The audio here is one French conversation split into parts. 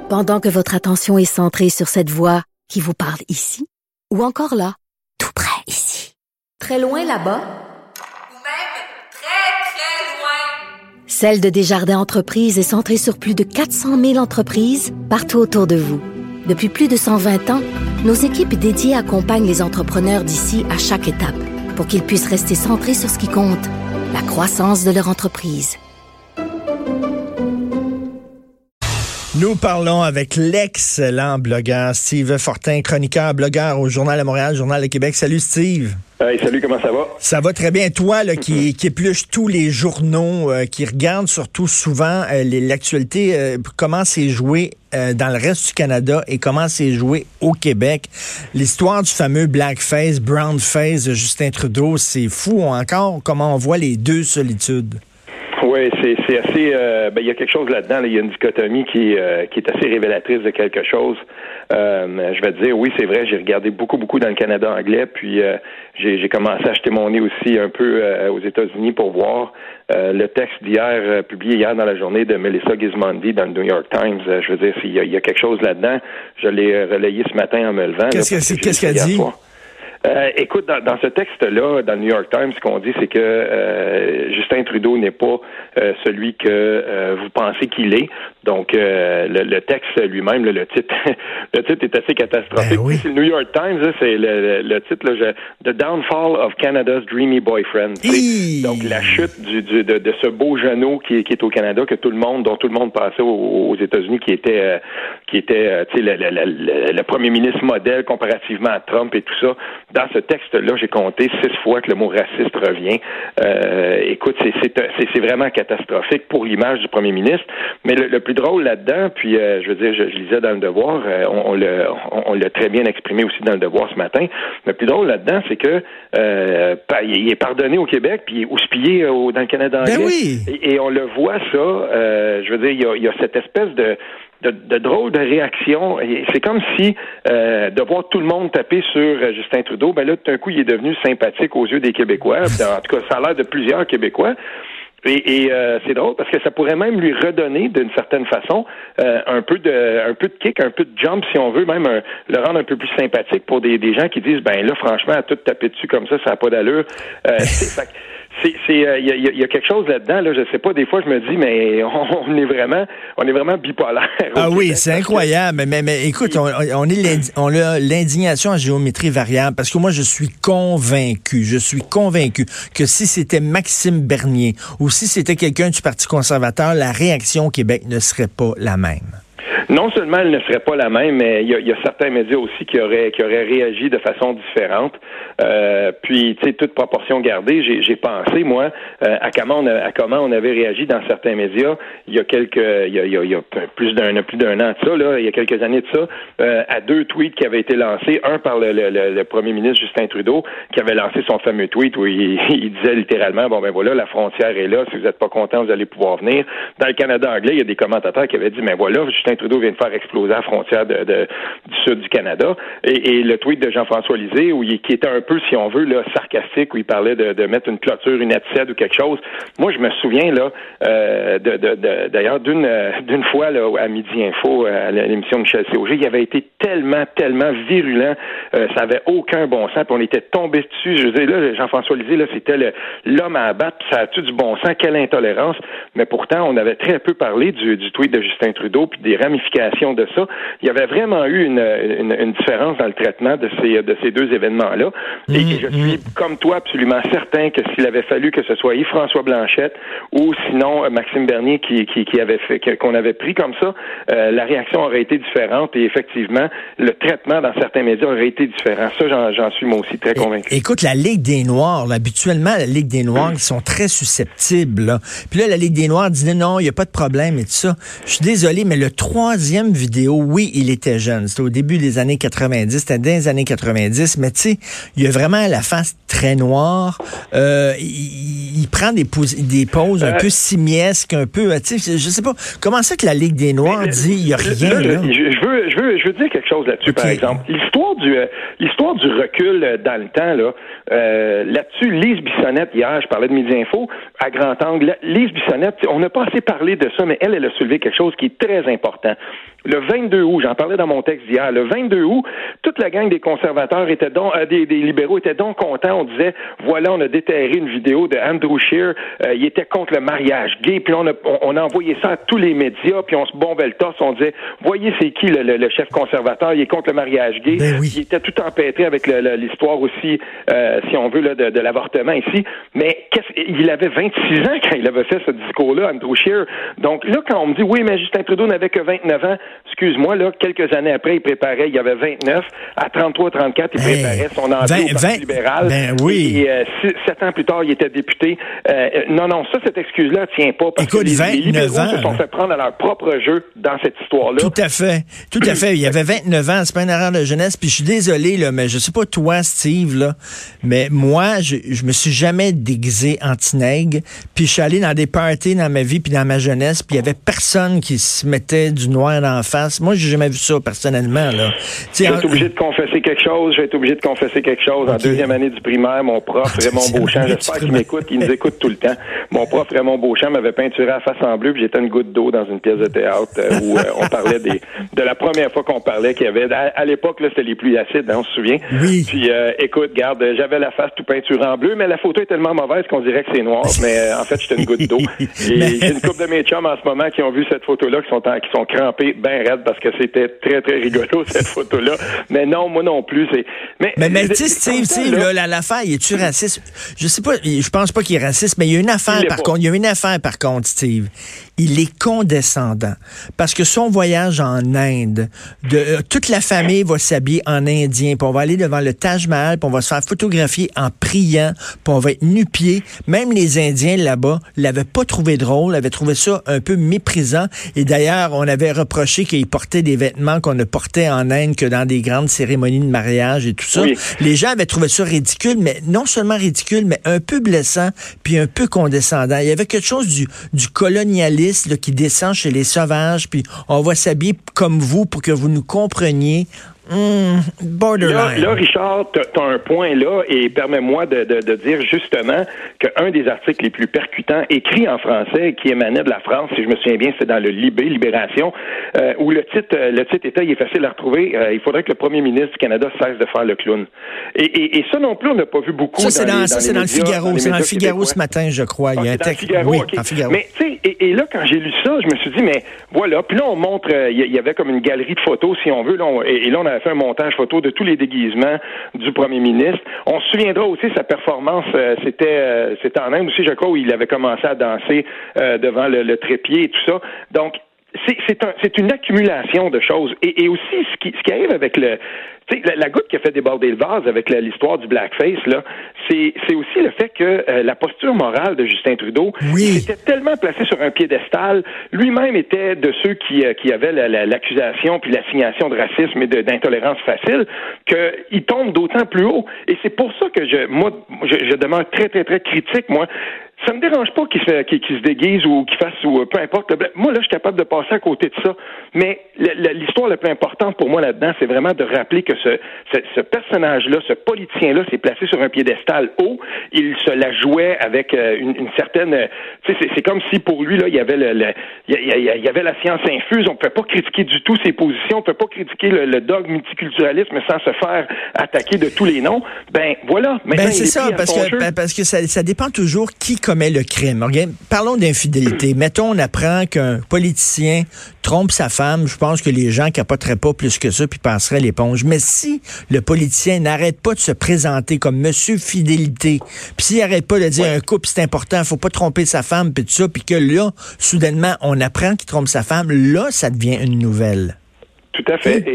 Pendant que votre attention est centrée sur cette voix qui vous parle ici, ou encore là, tout près ici, très loin là-bas, ou même très, très loin. Celle de Desjardins Entreprises est centrée sur plus de 400 000 entreprises partout autour de vous. Depuis plus de 120 ans, nos équipes dédiées accompagnent les entrepreneurs d'ici à chaque étape pour qu'ils puissent rester centrés sur ce qui compte, la croissance de leur entreprise. Nous parlons avec l'excellent blogueur Steve Fortin, chroniqueur, blogueur au Journal de Montréal, Journal de Québec. Salut Steve. Hey, salut, comment ça va? Ça va très bien. Toi, là, qui épluche tous les journaux, qui regarde surtout souvent l'actualité, comment c'est joué dans le reste du Canada et comment c'est joué au Québec. L'histoire du fameux blackface, brownface de Justin Trudeau, c'est fou encore comment on voit les deux solitudes. Oui, c'est assez. Il y a quelque chose là-dedans. Il y a une dichotomie qui est assez révélatrice de quelque chose. Je vais te dire, oui, c'est vrai. J'ai regardé beaucoup dans le Canada anglais, puis j'ai commencé à acheter mon nez aussi un peu aux États-Unis pour voir le texte d'hier, publié hier dans la journée de Melissa Gismondi dans le New York Times. Je veux dire, il y a quelque chose là-dedans. Je l'ai relayé ce matin en me levant. Qu'est-ce qu'elle dit? Écoute, dans ce texte-là, dans le New York Times, ce qu'on dit, c'est que Justin Trudeau n'est pas celui que vous pensez qu'il est. Donc, le texte lui-même, le titre est assez catastrophique. Ben oui. C'est le New York Times, là, c'est le titre, là, The Downfall of Canada's Dreamy Boyfriend. Donc, la chute de ce beau genou qui est au Canada, dont tout le monde passait aux États-Unis, qui était le premier ministre modèle comparativement à Trump et tout ça. Dans ce texte-là, j'ai compté 6 fois que le mot raciste revient. Écoute, c'est vraiment catastrophique pour l'image du premier ministre. Mais le plus drôle là-dedans, puis je veux dire, je lisais dans le Devoir, on l'a très bien exprimé aussi dans le Devoir ce matin. Le plus drôle là-dedans, c'est que il est pardonné au Québec, puis il est houspillé dans le Canada anglais. Ben oui. Et on le voit ça. Je veux dire, il y a cette espèce de drôle de réaction. C'est comme si de voir tout le monde taper sur Justin Trudeau, ben là, tout d'un coup, il est devenu sympathique aux yeux des Québécois. En tout cas, ça a l'air de plusieurs Québécois. Et c'est drôle parce que ça pourrait même lui redonner, d'une certaine façon, un peu de kick, un peu de jump, si on veut, même le rendre un peu plus sympathique pour des gens qui disent, ben là, franchement, à tout taper dessus comme ça n'a pas d'allure. Il y a quelque chose là-dedans, là, je sais pas, des fois je me dis, mais on est vraiment bipolaire. Ah oui, c'est incroyable. Mais écoute, on a l'indignation à géométrie variable, parce que moi je suis convaincu que si c'était Maxime Bernier ou si c'était quelqu'un du Parti conservateur, la réaction au Québec ne serait pas la même. Non seulement elle ne serait pas la même, mais il y a certains médias aussi qui auraient réagi de façon différente. Puis, tu sais, toute proportion gardée, j'ai pensé, moi, à comment on avait réagi dans certains médias il y a plus d'un an de ça, là, il y a quelques années de ça, à 2 tweets qui avaient été lancés, un par le premier ministre Justin Trudeau, qui avait lancé son fameux tweet où il disait littéralement, bon ben voilà, la frontière est là, si vous n'êtes pas content, vous allez pouvoir venir. Dans le Canada anglais, il y a des commentateurs qui avaient dit, ben voilà, Justin Trudeau vient de faire exploser la frontière du sud du Canada. Et le tweet de Jean-François Lisée, qui était un peu, si on veut, là, sarcastique, où il parlait de mettre une clôture, une étiquette ou quelque chose. Moi, je me souviens, là, d'ailleurs, d'une fois, là, à Midi Info, à l'émission de Michel Cauger, il avait été tellement virulent, ça avait aucun bon sens, puis on était tombé dessus. Je veux dire, là, Jean-François Lisée, là, c'était l'homme à abattre, puis ça a tout du bon sens, quelle intolérance. Mais pourtant, on avait très peu parlé du tweet de Justin Trudeau, puis des ramifications de ça. Il y avait vraiment eu une différence dans le traitement de ces deux événements-là. Et je suis, comme toi, absolument certain que s'il avait fallu que ce soit Yves-François Blanchet ou sinon Maxime Bernier qui avait fait, qu'on avait pris comme ça, la réaction aurait été différente et effectivement, le traitement dans certains médias aurait été différent. Ça, j'en suis moi aussi très convaincu. Écoute, la Ligue des Noirs, là, habituellement, la Ligue des Noirs, ils sont très susceptibles. Là. Puis là, la Ligue des Noirs disait non, il n'y a pas de problème et tout ça. Je suis désolé, mais le 3e vidéo, oui, il était jeune. C'était au début des années 90, c'était dans les années 90, mais tu sais, il y a vraiment la face très noire. Il prend des poses un peu simiesques, un peu, tu sais, je sais pas. Comment ça que la Ligue des Noirs dit, il y a rien, là? Je veux dire quelque chose là-dessus, par exemple. L'histoire du recul dans le temps, là, là-dessus, Lise Bissonnette, hier, je parlais de Midi Info, à grand angle, Lise Bissonnette, on n'a pas assez parlé de ça, mais elle a soulevé quelque chose qui est très important. Le 22 août, j'en parlais dans mon texte d'hier, le 22 août, toute la gang des conservateurs était donc, des libéraux étaient donc contents. On disait, voilà, on a déterré une vidéo de Andrew Scheer, il était contre le mariage gay, puis on a envoyé ça à tous les médias, puis on se bombait le torse, on disait, voyez c'est qui le chef conservateur, il est contre le mariage gay. Ben oui. Il était tout empêtré avec l'histoire aussi, si on veut, là, de l'avortement ici. Mais il avait 26 ans quand il avait fait ce discours-là, Andrew Scheer. Donc là, quand on me dit, oui, mais Justin Trudeau n'avait que 29 ans, excuse-moi, là, quelques années après, il y avait 29. À 33-34, il préparait son entrée au Parti libéral. Ben oui. Et 7 ans plus tard, il était député. Non, cette excuse-là tient pas. Parce Écoute, que les libéraux ans, se sont fait prendre à leur propre jeu dans cette histoire-là. Tout à fait. Il y avait 29 ans, c'est pas une erreur de jeunesse. Puis je suis désolé, là, mais je sais pas toi, Steve, là, mais moi, je me suis jamais déguisé anti-nègre. Puis je suis allé dans des parties dans ma vie puis dans ma jeunesse, puis il y avait personne qui se mettait du noir d'en face. Moi, j'ai jamais vu ça personnellement, là. Je vais être obligé de confesser quelque chose. En deuxième année du primaire, mon prof, Raymond Beauchamp, j'espère qu'il m'écoute, il nous écoute tout le temps. Mon prof, Raymond Beauchamp, m'avait peinturé la face en bleu, puis j'étais une goutte d'eau dans une pièce de théâtre où on parlait de la première fois qu'on parlait qu'il y avait... À l'époque, là, c'était les pluies acides, hein, on se souvient. Oui. Puis, écoute, garde, j'avais la face tout peinturée en bleu, mais la photo est tellement mauvaise qu'on dirait que c'est noir. Mais en fait, j'étais une goutte d'eau. Et j'ai une couple de mes chums en ce moment qui ont vu cette photo-là, qui sont crampés bien raides parce que c'était très, très rigolo, cette photo-là. Mais non, moi non plus. Mais tu sais, Steve, l'affaire, es-tu raciste? Je sais pas, je pense pas qu'il est raciste, mais il y a une affaire, par contre, Steve. Il est condescendant. Parce que son voyage en Inde, toute la famille va s'habiller en indien, puis on va aller devant le Taj Mahal, puis on va se faire photographier en priant, puis on va être nu-pieds. Même les Indiens là-bas l'avaient pas trouvé drôle, avaient trouvé ça un peu méprisant. Et d'ailleurs, on avait reproché qu'il portait des vêtements qu'on ne portait en Inde que dans des grandes cérémonies de mariage et tout ça. Oui. Les gens avaient trouvé ça ridicule, mais non seulement ridicule, mais un peu blessant, puis un peu condescendant. Il y avait quelque chose du colonialisme là, qui descend chez les sauvages, puis on va s'habiller comme vous pour que vous nous compreniez. Borderline. Là, Richard, t'as un point là, et permets-moi de dire justement qu'un des articles les plus percutants écrits en français qui émanait de la France, si je me souviens bien, c'est dans le Libération, où le titre était, il est facile à retrouver, il faudrait que le premier ministre du Canada cesse de faire le clown. Et ça non plus, on n'a pas vu beaucoup. Ça, c'est dans le Figaro. C'est dans le Figaro ce matin, je crois. Il y a un texte. Oui, okay. Figaro. Mais tu sais, et là, quand j'ai lu ça, je me suis dit, mais voilà. Puis là, on montre, il y avait comme une galerie de photos, si on veut. Là, et là, on a fait un montage photo de tous les déguisements du premier ministre. On se souviendra aussi sa performance, c'était en Inde aussi, je crois, où il avait commencé à danser devant le trépied et tout ça. Donc, c'est une accumulation de choses. Et aussi, ce qui arrive avec la goutte qui a fait déborder le vase avec l'histoire du blackface, là, c'est aussi le fait que la posture morale de Justin Trudeau était tellement placée sur un piédestal. Lui-même était de ceux qui avaient l'accusation puis l'assignation de racisme et d'intolérance facile, qu'il tombe d'autant plus haut. Et c'est pour ça que je demeure très, très, très critique, moi. Ça me dérange pas qu'il se déguise ou qu'il fasse ou peu importe. Moi, là, je suis capable de passer à côté de ça. Mais l'histoire la plus importante pour moi là-dedans, c'est vraiment de rappeler que ce personnage-là, ce politicien-là, s'est placé sur un piédestal haut. Il se la jouait avec une certaine... Tu sais, c'est comme si pour lui, là, il y avait il y avait la science infuse. On ne pouvait pas critiquer du tout ses positions. On ne pouvait pas critiquer le dogme multiculturalisme sans se faire attaquer de tous les noms. Ben, voilà. C'est ça, parce que ça dépend toujours qui commet le crime. Okay? Parlons d'infidélité. Mettons, on apprend qu'un politicien trompe sa femme. Je pense que les gens capoteraient pas plus que ça puis passeraient l'éponge. Mais si le politicien n'arrête pas de se présenter comme Monsieur Fidélité, puis s'il n'arrête pas de dire un couple c'est important, faut pas tromper sa femme puis tout ça, puis que là, soudainement, on apprend qu'il trompe sa femme, là, ça devient une nouvelle. Tout à fait.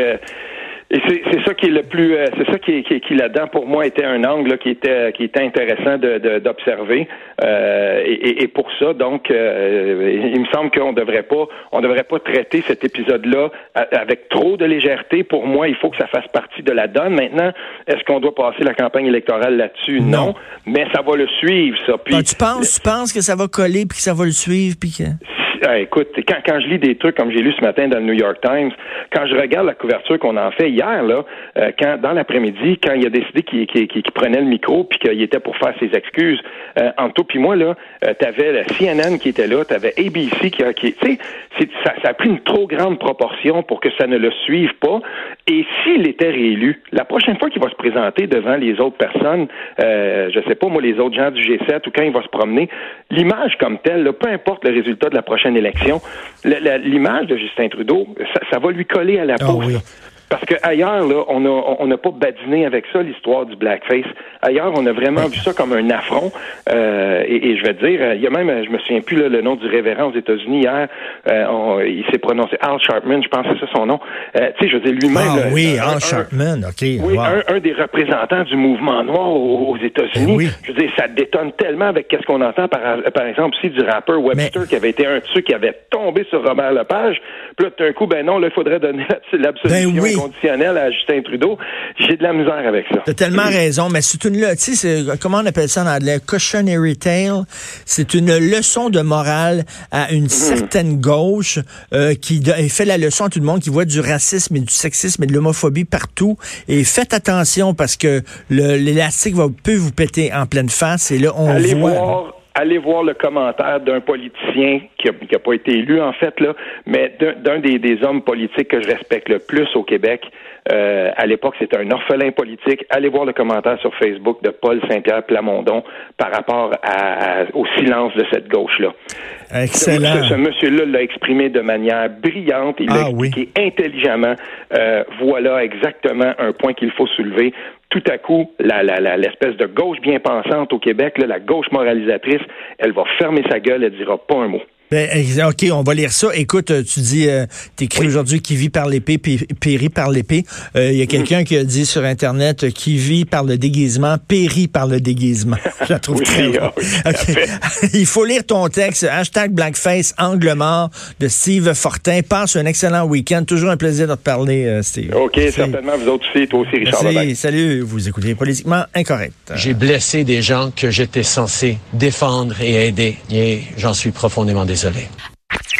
Et c'est ça qui est le plus, c'est ça qui là-dedans pour moi était un angle là, qui était intéressant d'observer. Et pour ça, donc, il me semble qu'on devrait pas traiter cet épisode-là avec trop de légèreté. Pour moi, il faut que ça fasse partie de la donne. Maintenant, est-ce qu'on doit passer la campagne électorale là-dessus? Non. Mais ça va le suivre, ça. Puis, tu penses que ça va coller puis que ça va le suivre puis que... écoute, quand je lis des trucs comme j'ai lu ce matin dans le New York Times, quand je regarde la couverture qu'on en fait hier, là, quand dans l'après-midi, quand il a décidé qu'il prenait le micro puis qu'il était pour faire ses excuses, entre toi puis moi, là, t'avais la CNN qui était là, t'avais ABC tu sais, ça a pris une trop grande proportion pour que ça ne le suive pas. Et s'il était réélu, la prochaine fois qu'il va se présenter devant les autres personnes, je sais pas, moi, les autres gens du G7 ou quand il va se promener, l'image comme telle, là, peu importe le résultat de la prochaine élection, l'image de Justin Trudeau, ça va lui coller à la peau. Oui. Parce que ailleurs, là, on n'a pas badiné avec ça, l'histoire du blackface. Ailleurs, on a vraiment vu ça comme un affront. Et je vais te dire, il y a même, je me souviens plus là, le nom du révérend aux États-Unis hier. Il s'est prononcé Al Sharpton, je pense que c'est ça son nom. Tu sais, je veux dire lui-même. Al Sharpton, ok. Oui, wow. un des représentants du mouvement noir aux États-Unis. Oui. Je veux dire, ça détonne tellement avec qu'est-ce qu'on entend par exemple aussi du rappeur Webster qui avait été un dessus qui avait tombé sur Robert Lepage. Puis là, d'un coup, ben non, là, il faudrait donner l'absolution inconditionnelle à Justin Trudeau. J'ai de la misère avec ça. T'as tellement raison, mais c'est une, tu sais, comment on appelle ça en anglais? Cautionary tale. C'est une leçon de morale à une certaine gauche qui fait la leçon à tout le monde, qui voit du racisme et du sexisme et de l'homophobie partout. Et faites attention parce que l'élastique peut vous péter en pleine face. Et là, Allez voir le commentaire d'un politicien qui a pas été élu, en fait, là, mais d'un des hommes politiques que je respecte le plus au Québec. À l'époque, c'était un orphelin politique. Allez voir le commentaire sur Facebook de Paul Saint-Pierre Plamondon par rapport au silence de cette gauche-là. Excellent. Ce monsieur-là l'a exprimé de manière brillante. Il l'a expliqué intelligemment. Voilà exactement un point qu'il faut soulever. Tout à coup, l'espèce de gauche bien pensante au Québec, là, la gauche moralisatrice, elle va fermer sa gueule, elle dira pas un mot. Ben, OK, on va lire ça. Écoute, tu dis, t'écris aujourd'hui qui vit par l'épée, périt par l'épée. Il y a quelqu'un qui a dit sur Internet qui vit par le déguisement, périt par le déguisement. Je la trouve très bon. Okay. Il faut lire ton texte, #Blackface, Angle mort de Steve Fortin. Passe un excellent week-end. Toujours un plaisir de te parler, Steve. OK, certainement. Vous autres aussi. Toi aussi, Richard. Merci. Salut. Vous écoutez Politiquement Incorrect. J'ai blessé des gens que j'étais censé défendre et aider. Et j'en suis profondément désolé.